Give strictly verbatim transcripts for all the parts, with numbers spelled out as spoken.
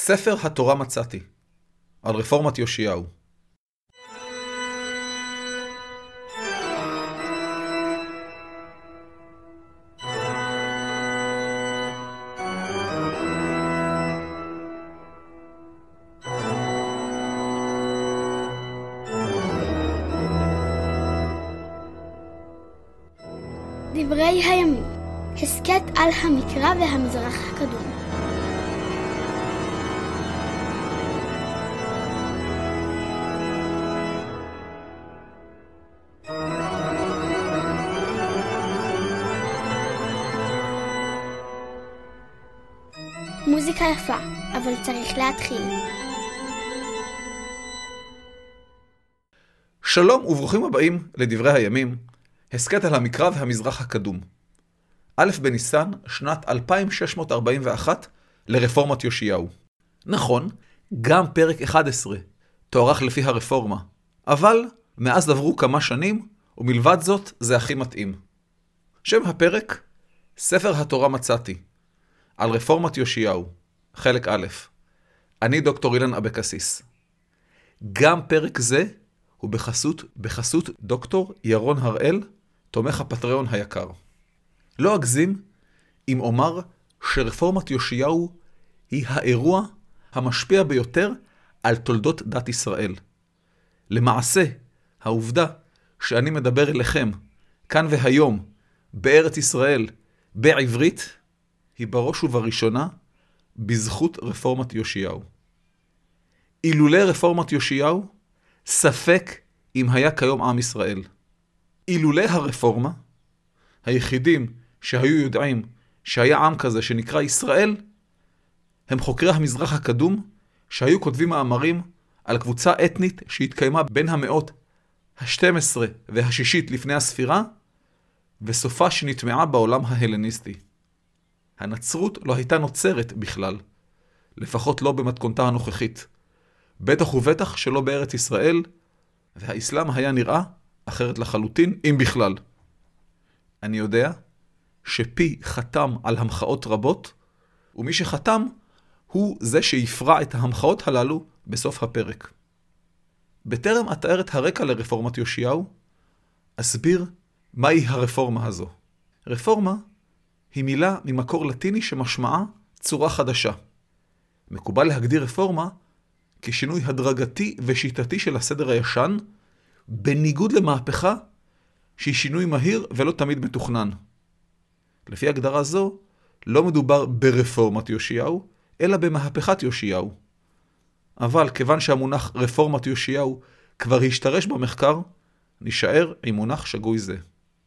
ספר התורה מצאתי, על רפורמת יאשיהו. דברי הימים, הסקט על המקרא והמזרח הקדום. מוזיקה יפה, אבל צריך להתחיל. שלום וברוכים הבאים לדברי הימים, הסקט על המקרא והמזרח הקדום. א' בניסן, שנת אלפיים שש מאות ארבעים ואחת לרפורמת יאשיהו. נכון, גם פרק אחד עשר תוארך לפי הרפורמה, אבל מאז עברו כמה שנים, ומלבד זאת זה הכי מתאים. שם הפרק, ספר התורה מצאתי, על רפורמת יאשיהו, חלק א'. אני דוקטור אילן אבקסיס. גם פרק זה הוא בחסות, בחסות דוקטור ירון הראל, תומך הפטריון היקר. לא אגזים אם אומר שרפורמת יאשיהו היא האירוע המשפיע ביותר על תולדות דת ישראל. למעשה, העובדה שאני מדבר אליכם כאן והיום בארץ ישראל בעברית היא בראש ובראשונה בזכות רפורמת יאשיהו. אילולא רפורמת יאשיהו, ספק אם היה כיום עם ישראל. אילולא הרפורמה, היחידים שהיו יודעים שהיה עם כזה שנקרא ישראל, הם חוקרי המזרח הקדום שהיו כותבים מאמרים על קבוצה אתנית שהתקיימה בין המאות ה-שתים עשרה והשישית לפני הספירה, וסופה שנטמעה בעולם ההלניסטי. הנצרות לא הייתה נוצרת בכלל, לפחות לא במתכונתה הנוכחית. בטח ובטח שלא בארץ ישראל, והאסלאם היה נראה אחרת לחלוטין, אם בכלל. אני יודע שפי חתם על המחאות רבות, ומי שחתם הוא זה שיפרע את המחאות הללו בסוף הפרק. בטרם אתאר את הרקע לרפורמת יאשיהו, אסביר מהי הרפורמה הזו. רפורמה היא מילה ממקור לטיני שמשמעה צורה חדשה. מקובל להגדיר רפורמה כשינוי הדרגתי ושיטתי של הסדר הישן, בניגוד למהפכה שהיא שינוי מהיר ולא תמיד מתוכנן. לפי הגדרה זו, לא מדובר ברפורמת יאשיהו, אלא במהפכת יאשיהו. אבל כיוון שהמונח רפורמת יאשיהו כבר השתרש במחקר, נשאר עם מונח שגוי זה.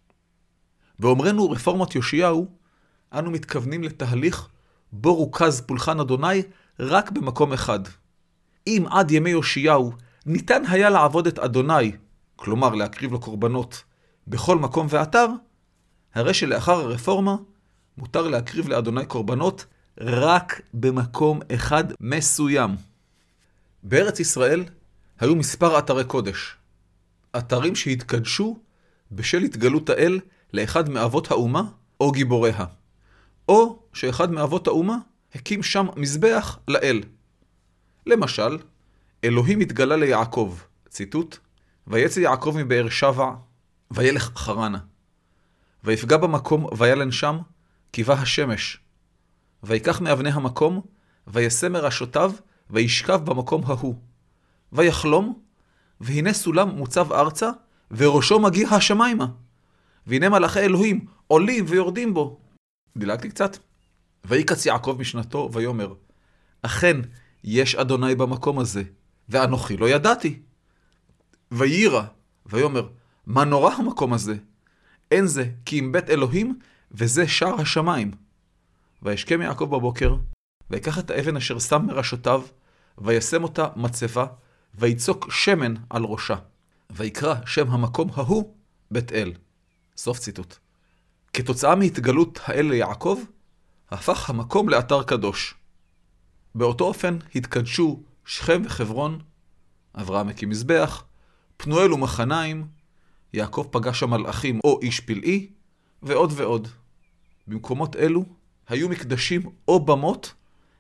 באומרנו רפורמת יאשיהו, אנו מתכוונים לתהליך בו רוכז פולחן אדוני רק במקום אחד. אם עד ימי יאשיהו ניתן היה לעבוד את אדוני, כלומר להקריב לו קורבנות, בכל מקום ואתר, הרי שלאחר הרפורמה מותר להקריב לאדוני קורבנות רק במקום אחד מסוים. בארץ ישראל היו מספר אתרי קודש, אתרים שהתקדשו בשל התגלות האל לאחד מאבות האומה או גיבוריה, או שאחד מאבות האומה הקים שם מזבח לאל. למשל, אלוהים התגלה ליעקב, ציטוט, ויצא יעקב מבאר שבע, וילך חרנה. ויפגע במקום וילן שם, קיבה השמש. ויקח מאבני המקום, וישם מראשותיו, וישכב במקום ההוא. ויחלום, והנה סולם מוצב ארצה, וראשו מגיע השמיימה. והנה מלאכי אלוהים עולים ויורדים בו. דילגתי קצת. ויקץ יעקב משנתו, ויאמר, אכן יש אדוני במקום הזה, ואנוכי לא ידעתי. ויירא, ויאמר, מה נורא המקום הזה? אין זה כי אם בית אלוהים, וזה שער השמיים. וישכם יעקב בבוקר, ויקח את האבן אשר שם מראשותיו, וישם אותה מצבה, ויצוק שמן על ראשה. ויקרא שם המקום ההוא בית אל. סוף ציטוט. כתוצאה מהתגלות האל ליעקב, הפך המקום לאתר קדוש. באותו אופן התקדשו שכם וחברון, אברהם הקים מזבח, פנואל ומחניים, יעקב פגש המלאכים או איש פלאי, ועוד ועוד. במקומות אלו היו מקדשים או במות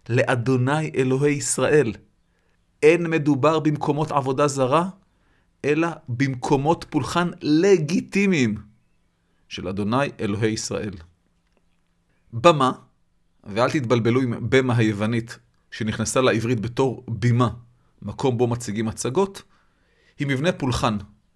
לאדוני אלוהי ישראל. אין מדובר במקומות עבודה זרה, אלא במקומות פולחן לגיטימיים של אדוני אלוהי ישראל. במה, ואל תתבלבלו עם במה היוונית שנכנסה לעברית בתור בימה, מקום בו מציגים הצגות, היא מבנה פולחן.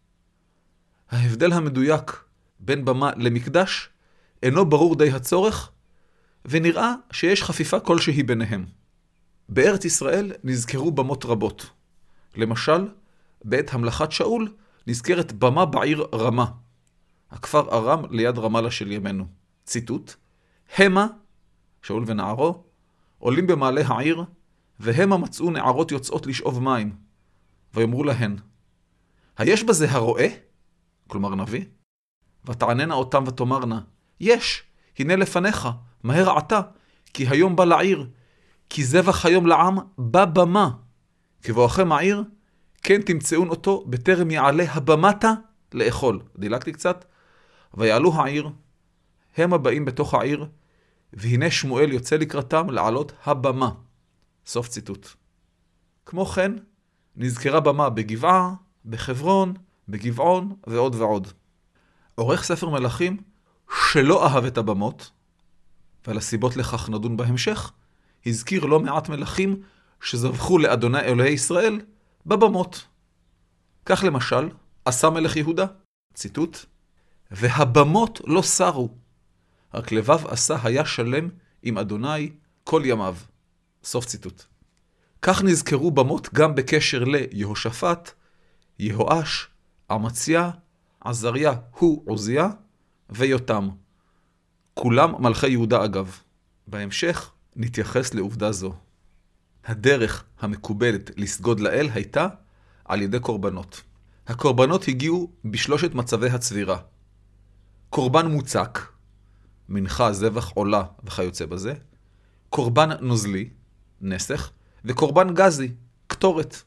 ההבדל המדויק בין במה למקדש אינו ברור די הצורך, ונראה שיש חפיפה כלשהי ביניהם. בארץ ישראל נזכרו במות רבות. למשל, בעת המלכת שאול נזכרת במה בעיר רמה, הכפר ארם ליד רמאללה של ימינו. ציטוט: המה, שאול ונערו, עולים במעלה העיר, והמה מצאו נערות יוצאות לשאוב מים, ויאמרו להן, היש בזה הרואה? כלומר נביא. ותעננה אותם ותאמרנה, יש, הנה לפניך, מהר עתה, כי היום בא לעיר, כי זבח היום לעם בבמה. כבואכם העיר, כן תמצאון אותו בטרם יעלה הבמתה לאכול. דילגתי קצת. ויעלו העיר, הם הבאים בתוך העיר, והנה שמואל יוצא לקראתם לעלות הבמה. סוף ציטוט. כמו כן, נזכרה במה בגבעה, בחברון, בגבעון ועוד ועוד. עורך ספר מלכים שלא אהב את הבמות, ועל הסיבות לכך נדון בהמשך, הזכיר לא מעט מלכים שזבחו לאדוני אלוהי ישראל בבמות. כך למשל, עשה מלך יהודה, ציטוט, והבמות לא שרו, רק לבב עשה היה שלם עם אדוני כל ימיו. סוף ציטוט. כך נזכרו במות גם בקשר ליהושפט, יהואש, אמציה, עזריה הוא עוזיה ויותם. כולם מלכי יהודה אגב. בהמשך נתייחס לעובדה זו. הדרך המקובלת לסגוד לאל הייתה על ידי קורבנות. הקורבנות הגיעו בשלושת מצבי הצבירה. קורבן מוצק, מנחה, זבח, עולה וכיוצא בזה. קורבן נוזלי, נסך, וקורבן גזי, קטורת.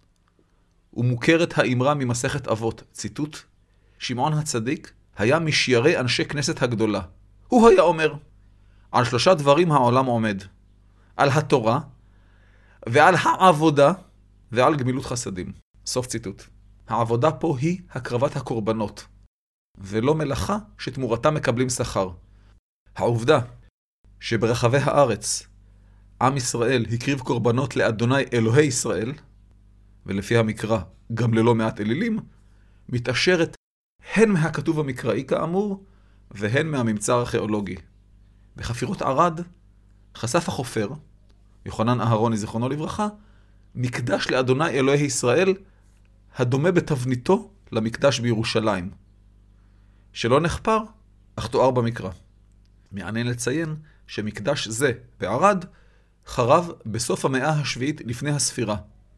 ומוכרת האמרה ממסכת אבות, ציטוט, שמעון הצדיק היה משיירי אנשי כנסת הגדולה. הוא היה אומר, על שלושה דברים העולם עומד, על התורה, ועל העבודה, ועל גמילות חסדים. סוף ציטוט. העבודה פה היא הקרבת הקורבנות, ולא מלאכה שתמורתה מקבלים שכר. העובדה שברחבי הארץ עם ישראל הקריב קורבנות לאדוני אלוהי ישראל, ולפי המקרא גם ללא מעט אלילים, מתאשרת הן מהכתוב המקראי כאמור, והן מהממצא הארכיאולוגי. בחפירות ערד חשף החופר, יוחנן אהרוני זיכרונו לברכה, מקדש לאדוני אלוהי ישראל, הדומה בתבניתו למקדש בירושלים, שלא נחפר, אך תואר במקרא. מעניין לציין שמקדש זה בערד חרב בסוף המאה השביעית לפני הספירה.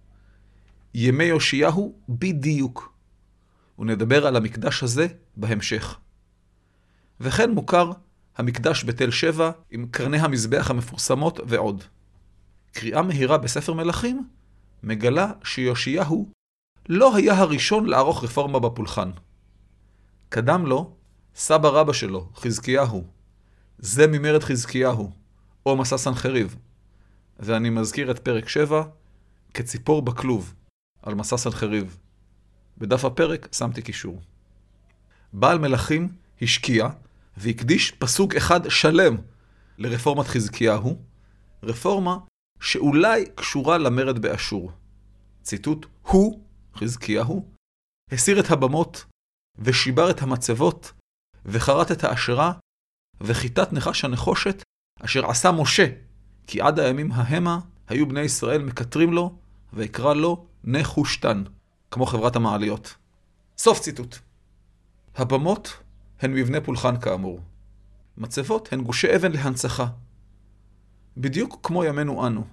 ימי יאשיהו בדיוק. ונדבר על המקדש הזה בהמשך. וכן מוכר המקדש בתל שבע עם קרני המזבח המפורסמות ועוד. קריאה מהירה בספר מלכים מגלה שיאשיהו לא היה הראשון לערוך רפורמה בפולחן. קדם לו סבא רבא שלו, חזקיהו. זה ממרד חזקיהו, או מסע סנחריב. ואני מזכיר את פרק שבע כציפור בכלוב על מסע סנחריב. בדף הפרק שמתי קישור. בעל מלכים השקיע והקדיש פסוק אחד שלם לרפורמת חזקיהו, רפורמה שאולי קשורה למרד באשור. ציטוט, הוא, חזקיהו, הסיר את הבמות ושיבר את המצבות וחרט את האשרה וחיטת נחש הנחושת אשר עשה משה, כי עד הימים ההמה היו בני ישראל מקטרים לו ויקרא לו נחושתן, כמו חברת המעליות. סוף ציטוט. הבמות הן מבנה פולחן כאמור. מצבות הן גושי אבן להנצחה. בדיוק כמו ימינו אנו.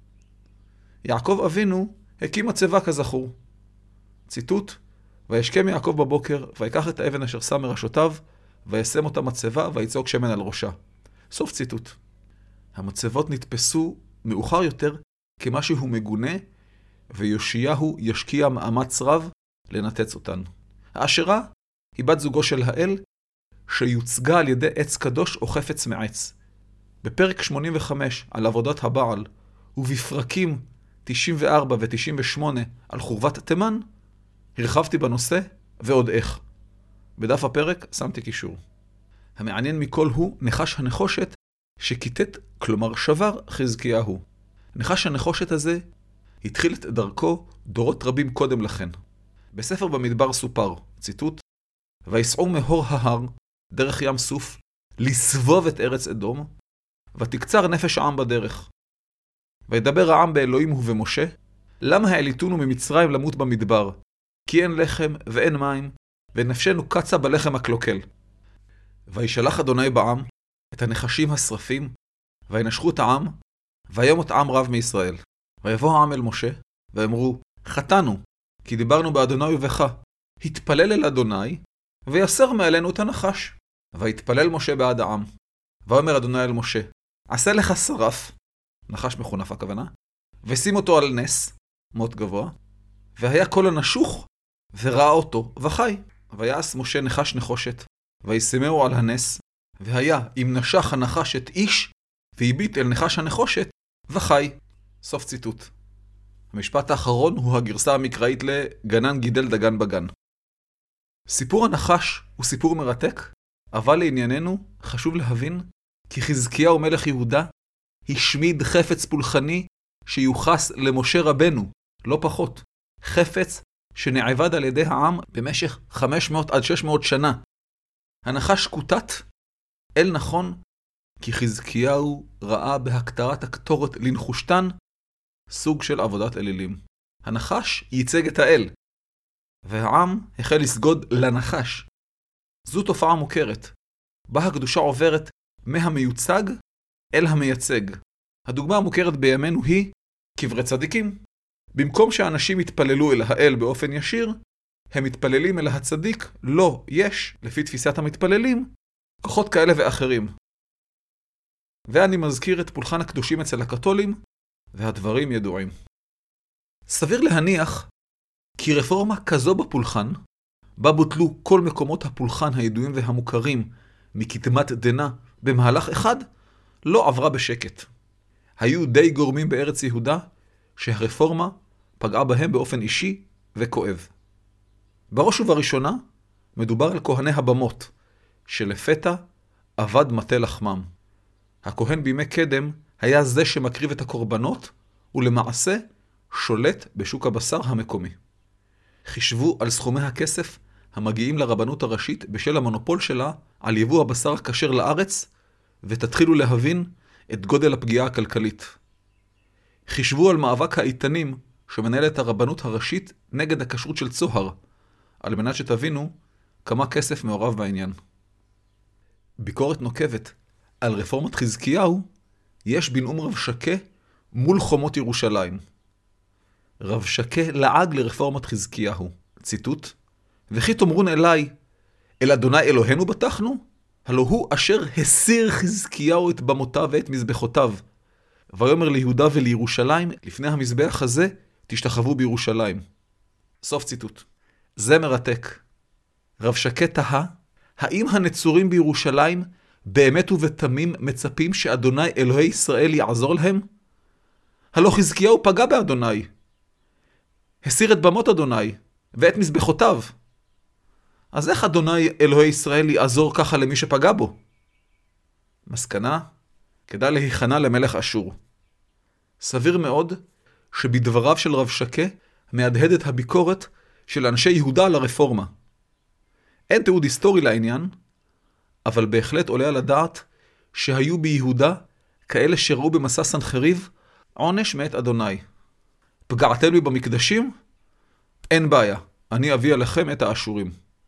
יעקב אבינו הקים מצבה כזכור. ציטוט, וישכם יעקב בבוקר, ויקח את האבן אשר שם מראשותיו, וישם אותה מצבה, ויצוק שמן על ראשה. סוף ציטוט. המצבות נתפסו מאוחר יותר כמשהו מגונה, ויאשיהו ישקיע מאמץ רב לנתץ אותן. האשרה היא בת זוגו של האל, שיוצגה על ידי עץ קדוש או חפץ מעץ. בפרק שמונים וחמש על עבודת הבעל ובפרקים תשעים וארבע ו-תשעים ושמונה על חורבת תימן, הרחבתי בנושא ועוד איך. בדף הפרק שמתי קישור. המעניין מכל הוא נחש הנחושת שכיתת, כלומר שבר, חזקיהו. נחש הנחושת הזה התחיל את דרכו דורות רבים קודם לכן. בספר במדבר סופר, ציטוט, ויסעו מהור ההר, דרך ים סוף, לסבוב את ארץ אדום, ותקצר נפש העם בדרך. וידבר העם באלוהים ובמשה, למה העליתונו ממצרים למות במדבר? כי אין לחם ואין מים, ונפשנו קצה בלחם הקלוקל. וישלח אדוני בעם את הנחשים השרפים, וינשכו את העם, וימות עם רב מישראל. ויבוא העם אל משה, ואמרו, חטאנו, כי דיברנו באדוני ובך. התפלל אל אדוני, ויסר מעלינו את הנחש. ויתפלל משה בעד העם. ואומר אדוני אל משה, עשה לך שרף, נחש מחונף הכוונה, ושים אותו על נס, מות גבוה, והיה כל הנשוך, וראה אותו, וחי. ויעש משה נחש נחושת, וישימהו על הנס, והיה אם נשך הנחש את איש, והביט אל נחש הנחושת, וחי. סוף ציטוט. המשפט האחרון הוא הגרסה המקראית לגנן גידל דגן בגן. סיפור הנחש הוא סיפור מרתק, אבל לענייננו חשוב להבין כי חזקיהו מלך יהודה השמיד חפץ פולחני שיוחס למשה רבנו, לא פחות. חפץ שנעבד על ידי העם במשך חמש מאות עד שש מאות שנה. הנחש קוטט אל נכון כי חזקיהו ראה בהקטרת הקטורת לנחושתן סוג של עבודת אלילים. הנחש ייצג את האל, והעם החל לסגוד לנחש. זו תופעה מוכרת, בה הקדושה עוברת מהמיוצג אל המייצג. הדוגמה המוכרת בימינו היא קברי צדיקים. במקום שאנשים יתפללו אל האל באופן ישיר, הם מתפללים אל הצדיק, לא, יש, לפי תפיסת המתפללים, כוחות כאלה ואחרים. ואני מזכיר את פולחן הקדושים אצל הקתולים, והדברים ידועים. סביר להניח כי רפורמה כזו בפולחן, בה בוטלו כל מקומות הפולחן הידועים והמוכרים מקדמת דנה במהלך אחד, לא עברה בשקט. היו די גורמים בארץ יהודה שהרפורמה פגעה בהם באופן אישי וכואב. בראש ובראשונה מדובר על כהני הבמות, שלפתע עבד מטה לחמם. הכהן בימי קדם היה זה שמקריב את הקורבנות, ולמעשה שולט בשוק הבשר המקומי. חישבו על סכומי הכסף המגיעים לרבנות הראשית בשל המונופול שלה על יבוא הבשר הכשר לארץ, ותתחילו להבין את גודל הפגיעה הכלכלית. חישבו על מאבק האיתנים שמנהלת הרבנות הראשית נגד הכשרות של צוהר, על מנת שתבינו כמה כסף מעורב בעניין. ביקורת נוקבת על רפורמת חזקיהו יש בנאום רב שקה מול חומות ירושלים. רב שקה לעג לרפורמת חזקיהו. ציטוט, וכי תאמרון אליי, אל אדוני אלוהינו בטחנו? הלא הוא אשר הסיר חזקיהו את במותיו ואת מזבחותיו. ויאמר ליהודה ולירושלים, לפני המזבח הזה תשתחוו בירושלים. סוף ציטוט. זה מרתק. רב שקה תהה, האם הנצורים בירושלים באמת ובתמים מצפים שאדוני אלוהי ישראל יעזור להם? הלא חזקיהו פגע באדוני. הסיר את במות אדוני ואת מזבחותיו. אז איך אדוני אלוהי ישראל יעזור ככה למי שפגע בו? מסקנה, כדאי להיכנע למלך אשור. סביר מאוד שבדבריו של רב שקה מהדהדת הביקורת של אנשי יהודה על הרפורמה. אין תיעוד היסטורי לעניין, אבל בהחלט עולה על הדעת שהיו ביהודה כאלה שראו במסע סנחריב עונש מאת אדוני. פגעתם לי במקדשים? אין בעיה, אני אביא עליכם את האשורים.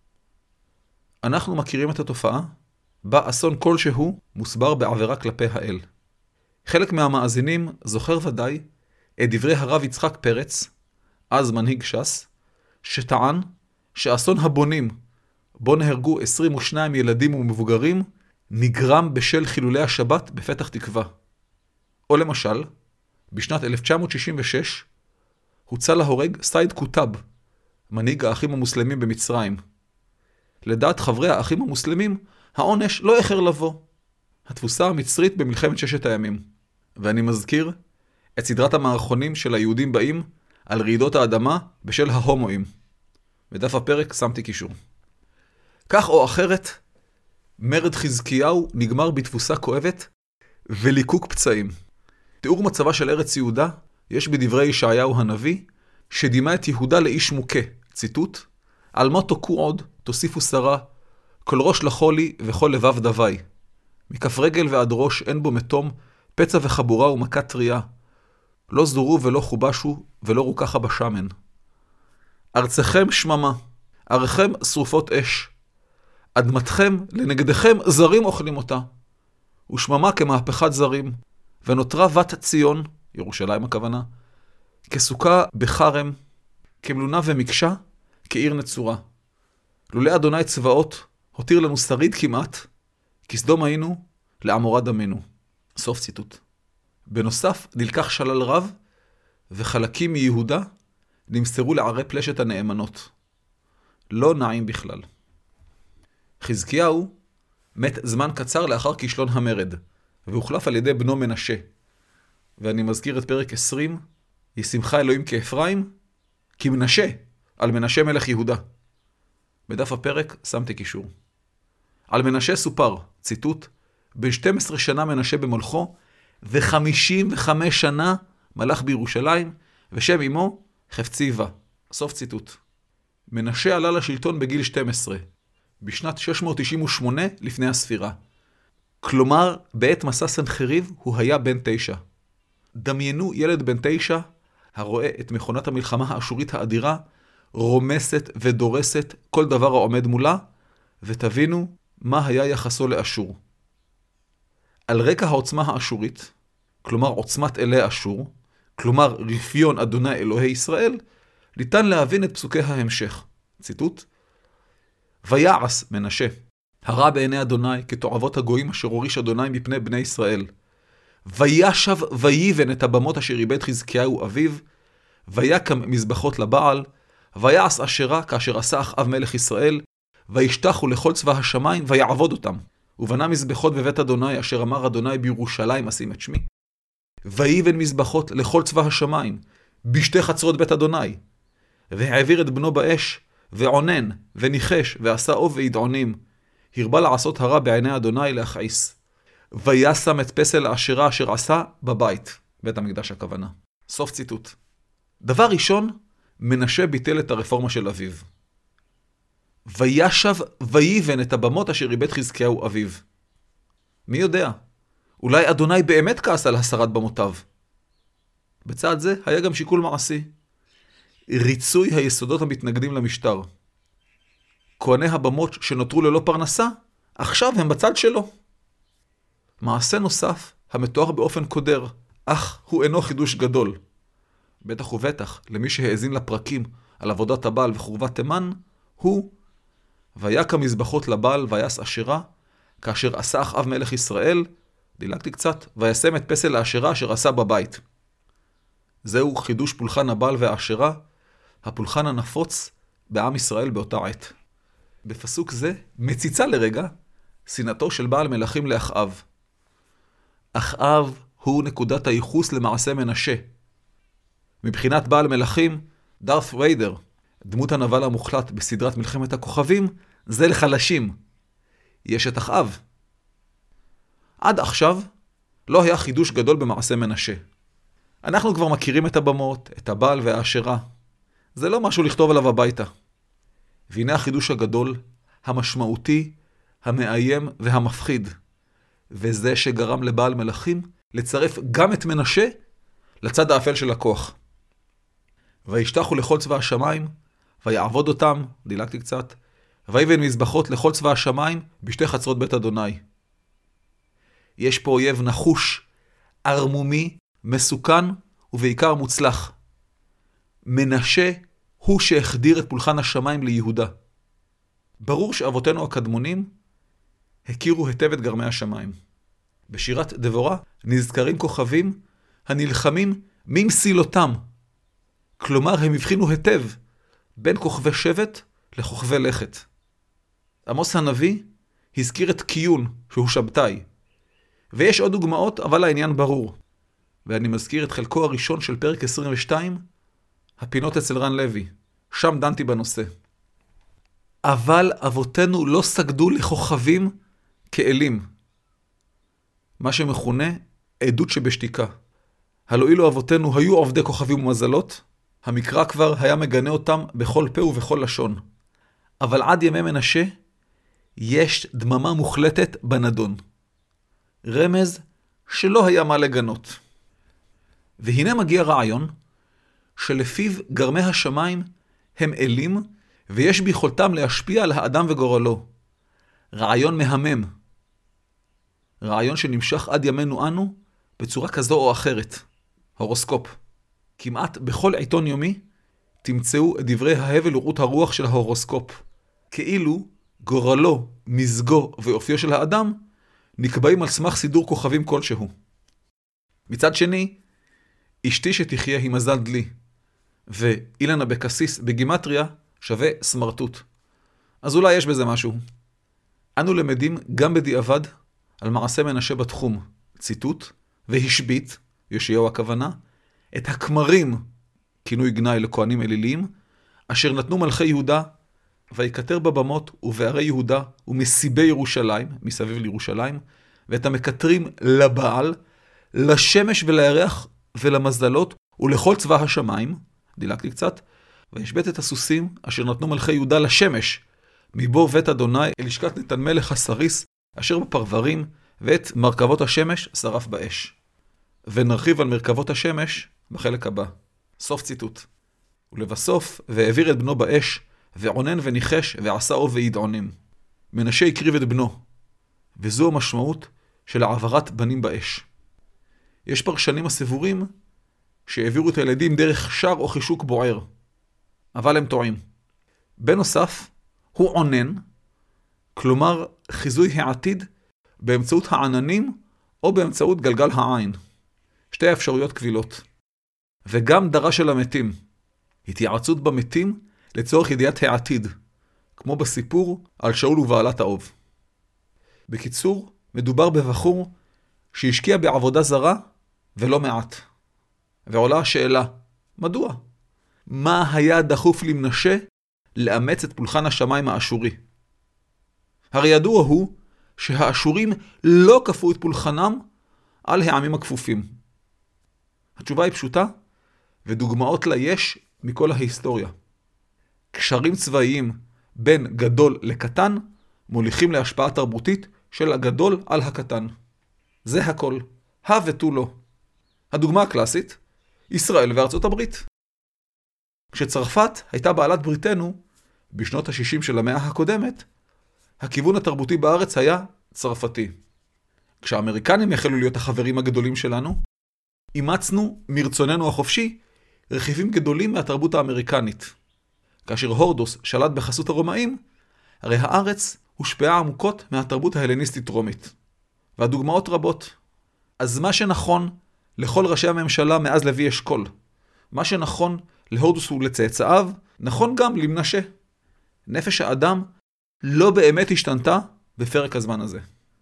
אנחנו מכירים את התופעה, בה אסון כלשהו מוסבר בעבירה כלפי האל. חלק מהמאזינים זוכר ודאי את דברי הרב יצחק פרץ, אז מנהיג ש"ס, שטען שאסון הבונים, בו נהרגו עשרים ושניים ילדים ומבוגרים, נגרם בשל חילולי השבת בפתח תקווה. או למשל, בשנת אלף תשע מאות שישים ושש, הוצא להורג סייד קוטב, מנהיג האחים המוסלמים במצרים. לדעת חברי האחים המוסלמים, העונש לא איחר לבוא. התבוסה המצרית במלחמת ששת הימים. ואני מזכיר את סדרת המערכונים של היהודים באים על רעידות האדמה בשל ההומואים. בדף הפרק שמתי קישור. כך או אחרת, מרד חזקיהו נגמר בתבוסה כואבת וליקוק פצעים. תיאור מצבה של ארץ יהודה יש בדברי ישעיהו הנביא, שדימה את יהודה לאיש מוכה. ציטוט: על מה תוקו עוד, תוסיפו שרה, כל ראש לחולי וכל לבב דווי. מכף רגל ועד ראש אין בו מתום, פצע וחבורה ומכת טריה. לא זורו ולא חובשו ולא רוכחה בשמן. ארצכם שממה, עריכם שרופות אש. אדמתכם לנגדכם זרים אוכלים אותה. ושממה כמהפכת זרים, ונותרה בת ציון, ירושלים הכוונה, כסוכה בחרם, כמלונה ומקשה, כעיר נצורה. לולא אדוני צבאות, הותיר לנו שריד כמעט, כסדום היינו, לעמורה דמנו. סוף ציטוט. בנוסף, נלקח שלל רב, וחלקים מיהודה נמסרו לערי פלשת הנאמנות. לא נעים בכלל. חזקיהו מת זמן קצר לאחר כישלון המרד, והוחלף על ידי בנו מנשה. ואני מזכיר את פרק עשרים, ישמחה אלוהים כאפרים, כמנשה, על מנשה מלך יהודה. בדף הפרק שמתי קישור. על מנשה סופר, ציטוט: ב-שתים עשרה שנה מנשה במולכו, ו-חמישים וחמש שנה מלך בירושלים, ושם אמו חפציבה. סוף ציטוט. מנשה עלה לשלטון בגיל שתים עשרה, בשנת שש מאות תשעים ושמונה לפני הספירה. כלומר, בעת מסע סנחריב הוא היה בן תשע. דמיינו ילד בן תשע הרואה את מכונת המלחמה האשורית האדירה, רומסת ודורסת כל דבר העומד מולה, ותבינו מה היה יחסו לאשור. על רקע העוצמה האשורית, כלומר עוצמת אלי אשור, כלומר רפיון אדוני אלוהי ישראל, ניתן להבין את פסוקי ההמשך. ציטוט: ויעש מנשה, הרע בעיני אדוני כתועבות הגויים אשר הוריש אדוני מפני בני ישראל. וישב ויבן את הבמות אשר איבד חזקיהו אביו, ויקם מזבחות לבעל, ויעש אשרה כאשר עשה אחאב מלך ישראל, וישתחו לכל צבא השמיים ויעבוד אותם. ובנה מזבחות בבית אדוני אשר אמר אדוני בירושלים אשים את שמי. ויבן מזבחות לכל צבא השמיים, בשתי חצרות בית אדוני. והעביר את בנו באש, ועונן, וניחש, ועשה אוב וידעונים. הרבה לעשות הרע בעיני אדוני להכעיס. וישם את פסל האשרה אשר עשה בבית, בית המקדש הכוונה. סוף ציטוט. דבר ראשון, מנשה ביטל את הרפורמה של אביו. וישב ויבן את הבמות אשר איבד חזקיהו אביו. מי יודע? אולי אדוני באמת כעס על הסרת במותיו. בצד זה היה גם שיקול מעשי. ריצוי היסודות המתנגדים למשטר. כהני הבמות שנותרו ללא פרנסה, עכשיו הם בצד שלו. מעשה נוסף, המתואר באופן קודר, אך הוא אינו חידוש גדול. בטח ובטח, למי שהאזין לפרקים על עבודת הבעל וחורבת תימן, הוא ויקם מזבחות לבעל ויעש אשרה, כאשר עשה אחאב מלך ישראל, דילגתי קצת, וישם את פסל האשרה אשר עשה בבית. זהו חידוש פולחן הבעל והאשרה, הפולחן הנפוץ בעם ישראל באותה עת. בפסוק זה מציצה לרגע שנאתו של בעל מלכים לאחאב. אחאב הוא נקודת הייחוס למעשה מנשה. מבחינת בעל מלכים, דארת ויידר, דמות הנבל המוחלט בסדרת מלחמת הכוכבים, זה לחלשים. יש את אחאב. עד עכשיו לא היה חידוש גדול במעשה מנשה. אנחנו כבר מכירים את הבמות, את הבעל והאשרה. זה לא משהו לכתוב עליו הביתה. והנה החידוש הגדול, המשמעותי, המאיים והמפחיד. וזה שגרם לבעל מלכים לצרף גם את מנשה לצד האפל של הכוח. וישתחו לכל צבא השמיים, ויעבוד אותם, דילגתי קצת, ויבן מזבחות לכל צבא השמיים בשתי חצרות בית אדוני. יש פה אויב נחוש, ערמומי, מסוכן ובעיקר מוצלח. מנשה הוא שהחדיר את פולחן השמיים ליהודה. ברור שאבותינו הקדמונים הכירו היטב את גרמי השמיים. בשירת דבורה נזכרים כוכבים הנלחמים ממסילותם. כלומר, הם הבחינו היטב בין כוכבי שבט לכוכבי לכת. עמוס הנביא הזכיר את קיון, שהוא שבתאי. ויש עוד דוגמאות, אבל העניין ברור. ואני מזכיר את חלקו הראשון של פרק עשרים ושתיים, הפינות אצל רן לוי. שם דנתי בנושא. אבל אבותינו לא סגדו לכוכבים כאלים. מה שמכונה עדות שבשתיקה. הלא אילו אבותינו היו עובדי כוכבים ומזלות, המקרא כבר היה מגנה אותם בכל פה ובכל לשון. אבל עד ימי מנשה יש דממה מוחלטת בנדון. רמז שלא היה מה לגנות. והנה מגיע רעיון שלפיו גרמי השמיים הם אלים ויש ביכולתם להשפיע על האדם וגורלו. רעיון מהמם. רעיון שנמשך עד ימינו אנו בצורה כזו או אחרת. הורוסקופ. כמעט בכל עיתון יומי תמצאו את דברי ההבל ורעות הרוח של ההורוסקופ. כאילו גורלו, מזגו ואופיו של האדם נקבעים על סמך סידור כוכבים כלשהו. מצד שני, אשתי שתחיה היא מזל דלי, ואילן אבקסיס בגימטריה שווה סמרטוט. אז אולי יש בזה משהו. אנו למדים גם בדיעבד על מעשה מנשה בתחום, ציטוט, והשבית, יאשיהו הכוונה, את הכמרים, כינוי גנאי לכהנים אליליים, אשר נתנו מלכי יהודה, ויקטר בבמות ובערי יהודה ומסיבי ירושלים, מסביב לירושלים, ואת המקטרים לבעל, לשמש ולירח ולמזלות ולכל צבא השמיים, דילגתי קצת, וישבט את הסוסים אשר נתנו מלכי יהודה לשמש, מבוא בית אדוני אל לשכת נתן מלך הסריס, אשר בפרברים, ואת מרכבות השמש שרף באש. ונרחיב על מרכבות השמש בחלק הבא. סוף ציטוט. ולבסוף, והעביר את בנו באש, ועונן וניחש ועשאו וידעונים. מנשה הקריב את בנו, וזו המשמעות של העברת בנים באש. יש פרשנים הסבורים שהעבירו את הילדים דרך שר או חישוק בוער, אבל הם טועים. בנוסף, הוא עונן, כלומר חיזוי העתיד באמצעות העננים או באמצעות גלגל העין. שתי האפשרויות קבילות. וגם דרה של המתים, התייעצות במתים לצורך ידיעת העתיד, כמו בסיפור על שאול ובעלת האוב. בקיצור, מדובר בבחור שהשקיע בעבודה זרה ולא מעט. ועולה השאלה, מדוע? מה היה דחוף למנשה לאמץ את פולחן השמיים האשורי? הרי ידוע הוא שהאשורים לא כפו את פולחנם על העמים הכפופים. התשובה היא פשוטה, ודוגמאות לה יש מכל ההיסטוריה. קשרים צבאיים בין גדול לקטן מוליכים להשפעה תרבותית של הגדול על הקטן. זה הכל, הא ותו לא. הדוגמה הקלאסית, ישראל וארצות הברית. כשצרפת הייתה בעלת בריתנו, בשנות ה-שישים של המאה הקודמת, הכיוון התרבותי בארץ היה צרפתי. כשהאמריקנים החלו להיות החברים הגדולים שלנו, אימצנו מרצוננו החופשי רכיבים גדולים מהתרבות האמריקנית. כאשר הורדוס שלט בחסות הרומאים, הרי הארץ הושפעה עמוקות מהתרבות ההלניסטית רומית. והדוגמאות רבות. אז מה שנכון לכל ראשי הממשלה מאז לוי אשכול, מה שנכון להורדוס ולצאצאיו, נכון גם למנשה. נפש האדם לא באמת השתנתה בפרק הזמן הזה.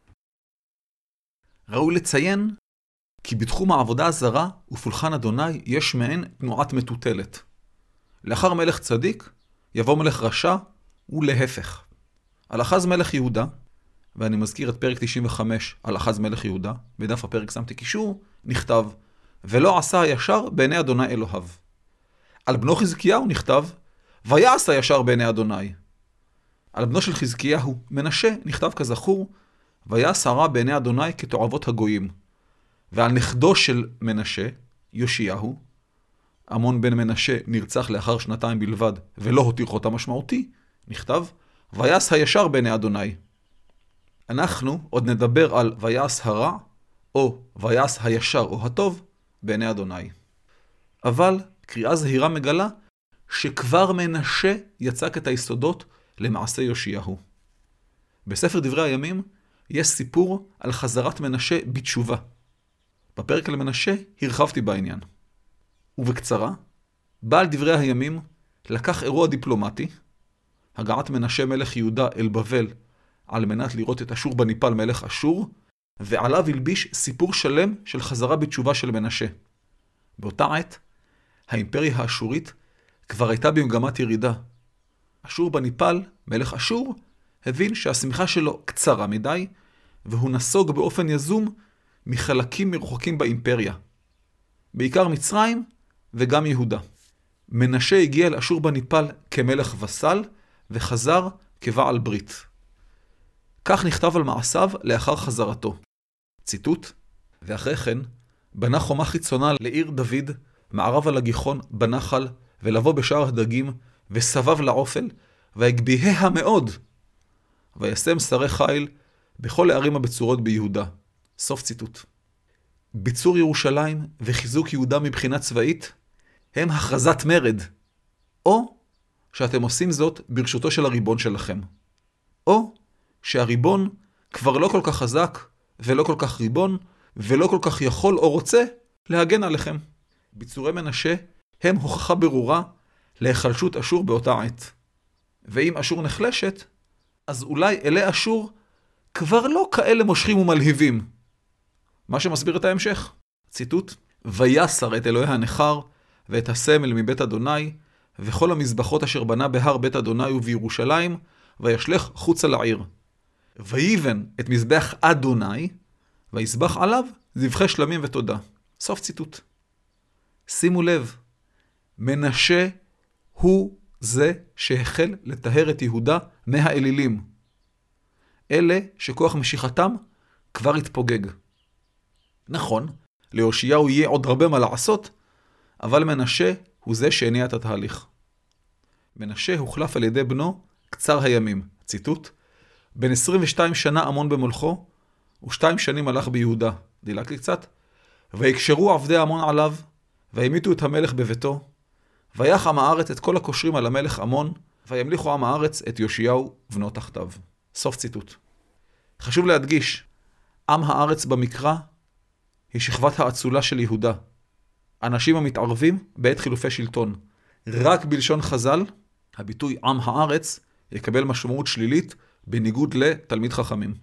ראוי לציין כי בתחום העבודה הזרה ופולחן אדוני יש מעין תנועת מטוטלת. לאחר מלך צדיק יבוא מלך רשע ולהפך. על אחז מלך יהודה, ואני מזכיר את פרק תשעים וחמש על אחז מלך יהודה, בדף הפרק שמתי קישור, נכתב, ולא עשה הישר בעיני אדוני אלוהיו. על בנו חזקיהו נכתב, ויעש הישר בעיני אדוני. על בנו של חזקיהו, מנשה, נכתב כזכור, ויעש הרע בעיני אדוני כתועבות הגויים. ועל נכדו של מנשה, יאשיהו, עמון בן מנשה נרצח לאחר שנתיים בלבד ולא הותיר חותם משמעותי, נכתב, ויעש הישר בעיני אדוני. אנחנו עוד נדבר על ויעש הרע, או ויעש הישר או הטוב, בעיני אדוני. אבל קריאה זהירה מגלה שכבר מנשה יצק את היסודות למעשה יאשיהו. בספר דברי הימים יש סיפור על חזרת מנשה בתשובה. בפרק על מנשה הרחבתי בעניין. ובקצרה, בעל דברי הימים לקח אירוע דיפלומטי, הגעת מנשה מלך יהודה אל בבל על מנת לראות את אשור בניפל מלך אשור, ועליו הלביש סיפור שלם של חזרה בתשובה של מנשה. באותה עת, האימפריה האשורית כבר הייתה במגמת ירידה. אשור בניפל, מלך אשור, הבין שהשמיכה שלו קצרה מדי, והוא נסוג באופן יזום מחלקים מרוחקים באימפריה. בעיקר מצרים וגם יהודה. מנשה הגיע לאשור בניפל כמלך וסל, וחזר כבעל ברית. כך נכתב על מעשיו לאחר חזרתו. ציטוט: ואחרי כן, בנה חומה חיצונה לעיר דוד, מערב על הגיחון בנחל, ולבוא בשער הדגים, וסבב לעופל, והגביהה מאוד. וישם שרי חיל בכל הערים הבצורות ביהודה. סוף ציטוט. ביצור ירושלים וחיזוק יהודה מבחינה צבאית הם הכרזת מרד. או שאתם עושים זאת ברשותו של הריבון שלכם. או שהריבון כבר לא כל כך חזק ולא כל כך ריבון ולא כל כך יכול או רוצה להגן עליכם. ביצורי מנשה הם הוכחה ברורה להיחלשות אשור באותה עת. ואם אשור נחלשת, אז אולי אלי אשור כבר לא כאלה מושכים ומלהיבים. מה שמסביר את ההמשך. ציטוט: ויסר את אלוהי הנכר ואת הסמל מבית אדוני וכל המזבחות אשר בנה בהר בית אדוני ובירושלים, וישלך חוצה לעיר. ויבן את מזבח אדוני ויסבח עליו זבחי שלמים ותודה. סוף ציטוט. שימו לב, מנשה הוא זה שהחל לטהר את יהודה מהאלילים. אלה שכוח משיכתם כבר התפוגג. נכון, ליאשיהו יהיה עוד הרבה מה לעשות, אבל מנשה הוא זה שהניע את התהליך. מנשה הוחלף על ידי בנו קצר הימים. ציטוט: בן עשרים ושתיים שנה עמון במולכו, ושתיים שנים הלך ביהודה. דילגתי קצת. ויקשרו עבדי עמון עליו, והמיתו את המלך בביתו, ויח עם הארץ את כל הקושרים על המלך עמון, וימליכו עם הארץ את יאשיהו בנו תחתיו. סוף ציטוט. חשוב להדגיש, עם הארץ במקרא היא שכבת האצולה של יהודה. אנשים המתערבים בעת חילופי שלטון. רק בלשון חז"ל, הביטוי עם הארץ יקבל משמעות שלילית בניגוד לתלמיד חכמים.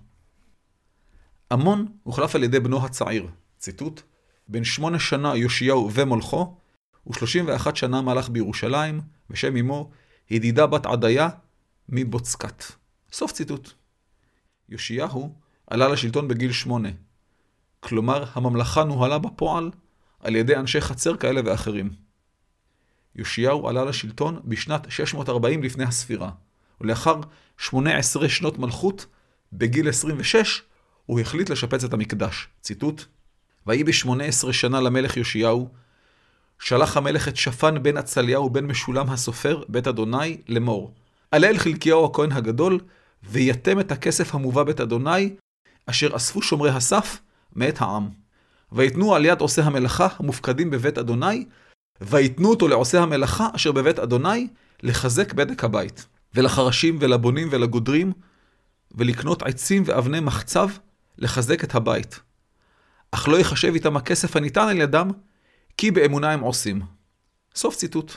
עמון הוחלף על ידי בנו הצעיר. ציטוט: בן שמונה שנה יאשיהו ומולכו, ושלושים ואחת שנה מלך בירושלים, ושם אמו ידידה בת עדיה מבוצקת. סוף ציטוט. יאשיהו עלה לשלטון בגיל שמונה. כלומר, הממלכה נוהלה בפועל על ידי אנשי חצר כאלה ואחרים. יאשיהו עלה לשלטון בשנת שש מאות וארבעים לפני הספירה, ולאחר שמונה עשרה שנות מלכות, בגיל עשרים ושש, הוא החליט לשפץ את המקדש. ציטוט: ויהי בשמונה עשרה שנה למלך יאשיהו, שלח המלך את שפן בן עצליהו בן משולם הסופר, בית אדוני, לאמור: עלה אל חלקיהו הכהן הגדול, ויתם את הכסף המובא בית אדוני, אשר אספו שומרי הסף מאת העם. ויתנו על יד עושה המלאכה המופקדים בבית אדוני, ויתנו אותו לעושה המלאכה אשר בבית אדוני, לחזק בדק הבית, ולחרשים ולבונים ולגודרים, ולקנות עצים ואבני מחצב, לחזק את הבית. אך לא יחשב איתם הכסף הניתן על ידם, כי באמונה הם עושים. סוף ציטוט.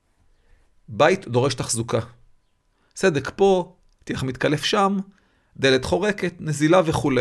בית דורש תחזוקה. סדק פה, תיח מתקלף שם, דלת חורקת, נזילה וכו'.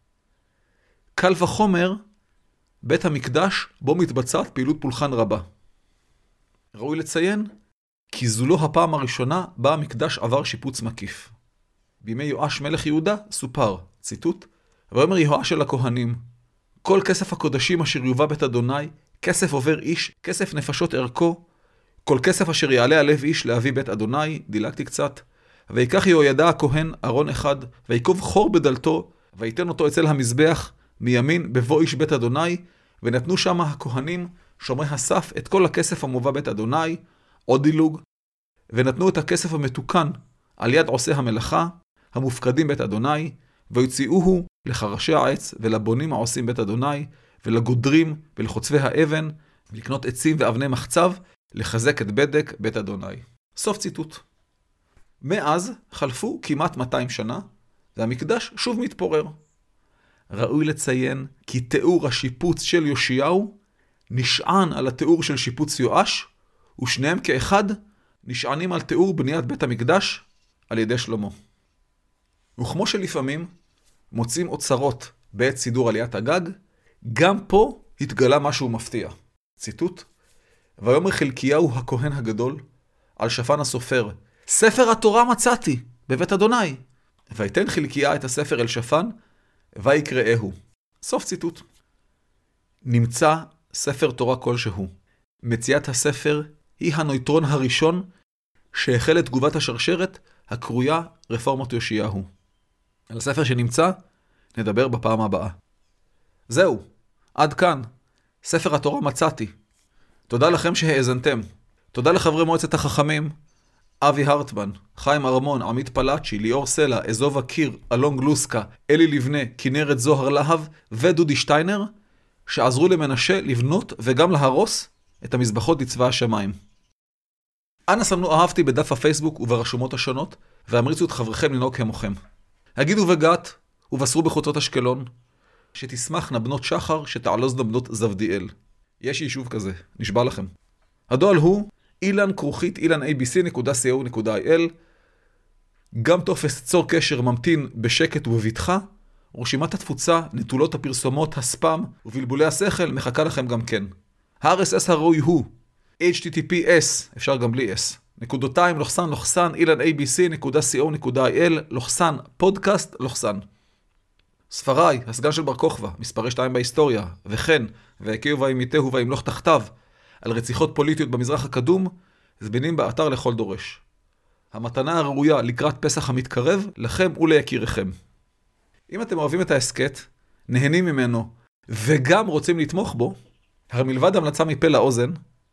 קל וחומר, בית המקדש בו מתבצעת פעילות פולחן רבה. ראוי לציין, כי זו לא הפעם הראשונה בה המקדש עבר שיפוץ מקיף. בימי יואש מלך יהודה סופר, ציטוט: ואומר יהואש אל הכהנים, כל כסף הקודשים אשר יובא בית אדוני, כסף עובר איש, כסף נפשות ערכו, כל כסף אשר יעלה על לב איש להביא בית אדוני, דילגתי קצת, ויקח יהוידע הכהן ארון אחד, ויקוב חור בדלתו, ויתן אותו אצל המזבח, מימין בבוא איש בית אדוני, ונתנו שם הכהנים, שומרי הסף, את כל הכסף המובא בית אדוני, עוד דילוג, ונתנו את הכסף המתוקן על יד עושה המלאכה, המופקדים בית אדוני, ויוציאוהו לחרשי העץ ולבונים העושים בית אדוני, ולגודרים ולחוצבי האבן, ולקנות עצים ואבני מחצב, לחזק את בדק בית אדוני. סוף ציטוט. מאז חלפו כמעט מאתיים שנה, והמקדש שוב מתפורר. ראוי לציין כי תיאור השיפוץ של יאשיהו נשען על התיאור של שיפוץ יואש, ושניהם כאחד נשענים על תיאור בניית בית המקדש על ידי שלמה. וכמו שלפעמים מוצאים אוצרות בעת סידור עליית הגג, גם פה התגלה משהו מפתיע. ציטוט: ויאמר חלקיהו הכהן הגדול על שפן הסופר, ספר התורה מצאתי בבית אדוני. ויתן חלקיה את הספר אל שפן, ויקראהו. סוף ציטוט. נמצא ספר תורה כלשהו. מציאת הספר היא הנויטרון הראשון שהחל את תגובת השרשרת הקרויה רפורמת יאשיהו. על הספר שנמצא נדבר בפעם הבאה. זהו, עד כאן. ספר התורה מצאתי. תודה לכם שהאזנתם. תודה לחברי מועצת החכמים, אבי הרטמן, חיים ארמון, עמית פלאצ'י, ליאור סלע, אזוב הקיר, אלון גלוסקה, אלי לבנה, כנרת זוהר להב ודודי שטיינר, שעזרו למנשה לבנות וגם להרוס את המזבחות לצבא השמיים. אנא סמנו אהבתי בדף הפייסבוק וברשומות השונות, והמריצו את חבריכם לנהוג כמוכם. הגידו וגת ובשרו בחוצות אשקלון, שתשמחנה בנות שחר שתעלוזנה בנות זבדיאל. יש יישוב כזה, נשבע לכם. הדואל הוא אילן כרוכית אילן איי בי סי נקודה סי או נקודה איי אל. גם טופס צור קשר ממתין בשקט ובבטחה. רשימת התפוצה, נטולות הפרסומות, הספאם ובלבולי השכל מחכה לכם גם כן. ה-אר אס אס הראוי הוא אייץ' טי טי פי אס, אפשר גם בלי S, נקודותיים לוחסן לוחסן אילן איי בי סי נקודה סי או נקודה איי אל לוחסן פודקאסט לוחסן. ספריי, הסגן של בר כוכבא, מספרי שתיים בהיסטוריה, וכן, והקיעו והימיתהו והימלוך תחתיו, על רציחות פוליטיות במזרח הקדום, זמינים באתר לכל דורש. המתנה הראויה לקראת פסח המתקרב, לכם וליקיריכם. אם אתם אוהבים את העסקת, נהנים ממנו, וגם רוצים לתמוך בו, הרי מלבד המלצה מפה לאוזן,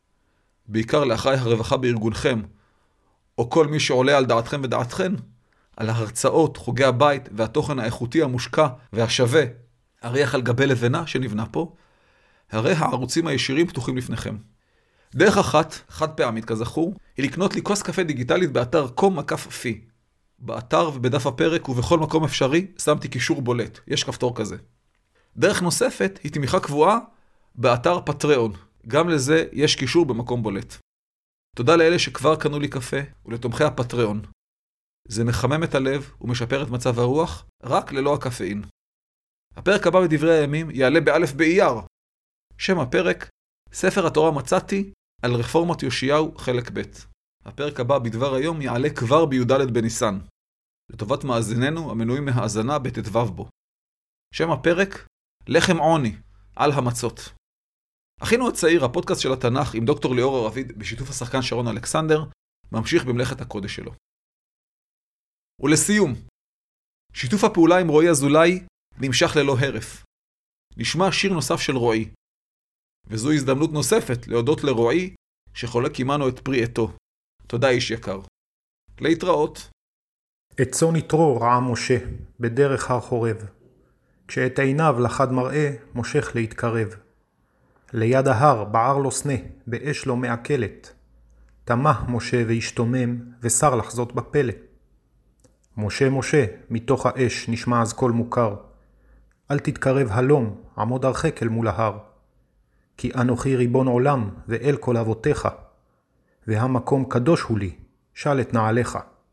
בעיקר לאחראי הרווחה בארגונכם, או כל מי שעולה על דעתכם ודעתכן, על ההרצאות, חוגי הבית והתוכן האיכותי המושקע והשווה, אריח על גבי לבנה שנבנה פה, הרי הערוצים הישירים פתוחים לפניכם. דרך אחת, חד פעמית כזכור, היא לקנות לי כוס קפה דיגיטלית באתר קום מקף פי. באתר ובדף הפרק ובכל מקום אפשרי שמתי קישור בולט, יש כפתור כזה. דרך נוספת היא תמיכה קבועה באתר פטריון, גם לזה יש קישור במקום בולט. תודה לאלה שכבר קנו לי קפה ולתומכי הפטריון. זה מחמם את הלב ומשפר את מצב הרוח, רק ללא הקפאין. הפרק הבא בדברי הימים יעלה באלף באייר. שם הפרק, ספר התורה מצאתי על רפורמת יאשיהו חלק ב'. הפרק הבא בדבר היום יעלה כבר בי"ד בניסן. לטובת מאזיננו המנויים מהאזנה בט"ו בו. שם הפרק, לחם עוני, על המצות. אחינו הצעיר, הפודקאסט של התנ"ך עם דוקטור ליאור רביד בשיתוף השחקן שרון אלכסנדר, ממשיך במלאכת הקודש שלו. ולסיום, שיתוף הפעולה עם רועי אזולאי נמשך ללא הרף. נשמע שיר נוסף של רועי. וזו הזדמנות נוספת להודות לרועי שחולק עמנו את פרי עטו. תודה איש יקר. להתראות. את צאן יתרו ראה משה בדרך הר חורב. כשאת עיניו לחד מראה מושך להתקרב. ליד ההר בער לו סנה באש לא מעכלת. תמה משה והשתומם ושר לחזות בפלא. משה משה מתוך האש נשמע אז קול מוכר. אל תתקרב הלום עמוד הרחק אל מול ההר. כי אנוכי ריבון עולם ואל כל אבותיך. והמקום קדוש הוא לי, של את נעליך.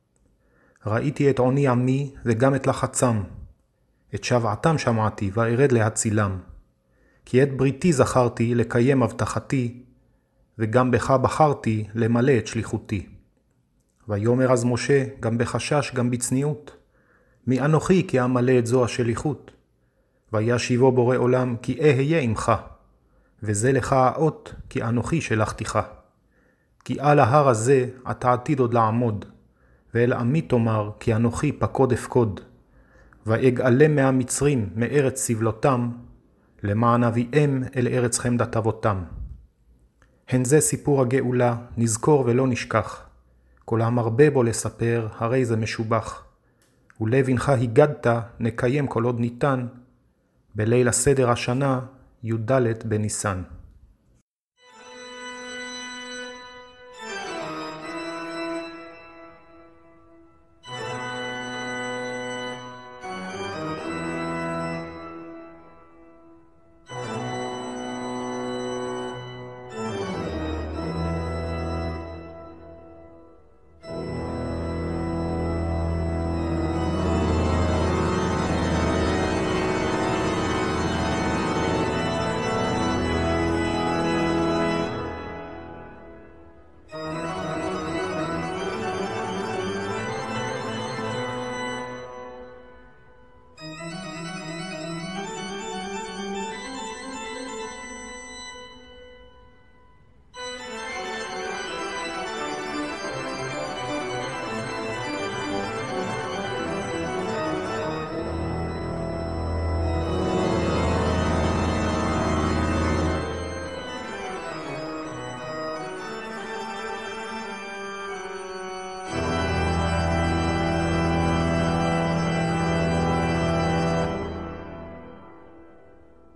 ראיתי את עוני עמי וגם את לחצם. את שבעתם שמעתי וארד להצילם. כי את בריתי זכרתי לקיים הבטחתי, וגם בך בחרתי למלא את שליחותי. ויאמר אז משה גם בחשש גם בצניעות. מי אנוכי כי אמלא את זו השליחות. וישיבו בורא עולם כי אהיה עמך. וזה לך האות כי אנוכי שלחתיך. כי על ההר הזה אתה עתיד עוד לעמוד. ואל עמי תאמר כי אנוכי פקוד אפקוד. ואגאלם מהמצרים מארץ סבלותם. למען אביהם אל ארץ חמדת אבותם. הן זה סיפור הגאולה, נזכור ולא נשכח. כל המרבה בו לספר, הרי זה משובח. ולבנך הגדת, נקיים כל עוד ניתן. בליל הסדר השנה, י"ד בניסן.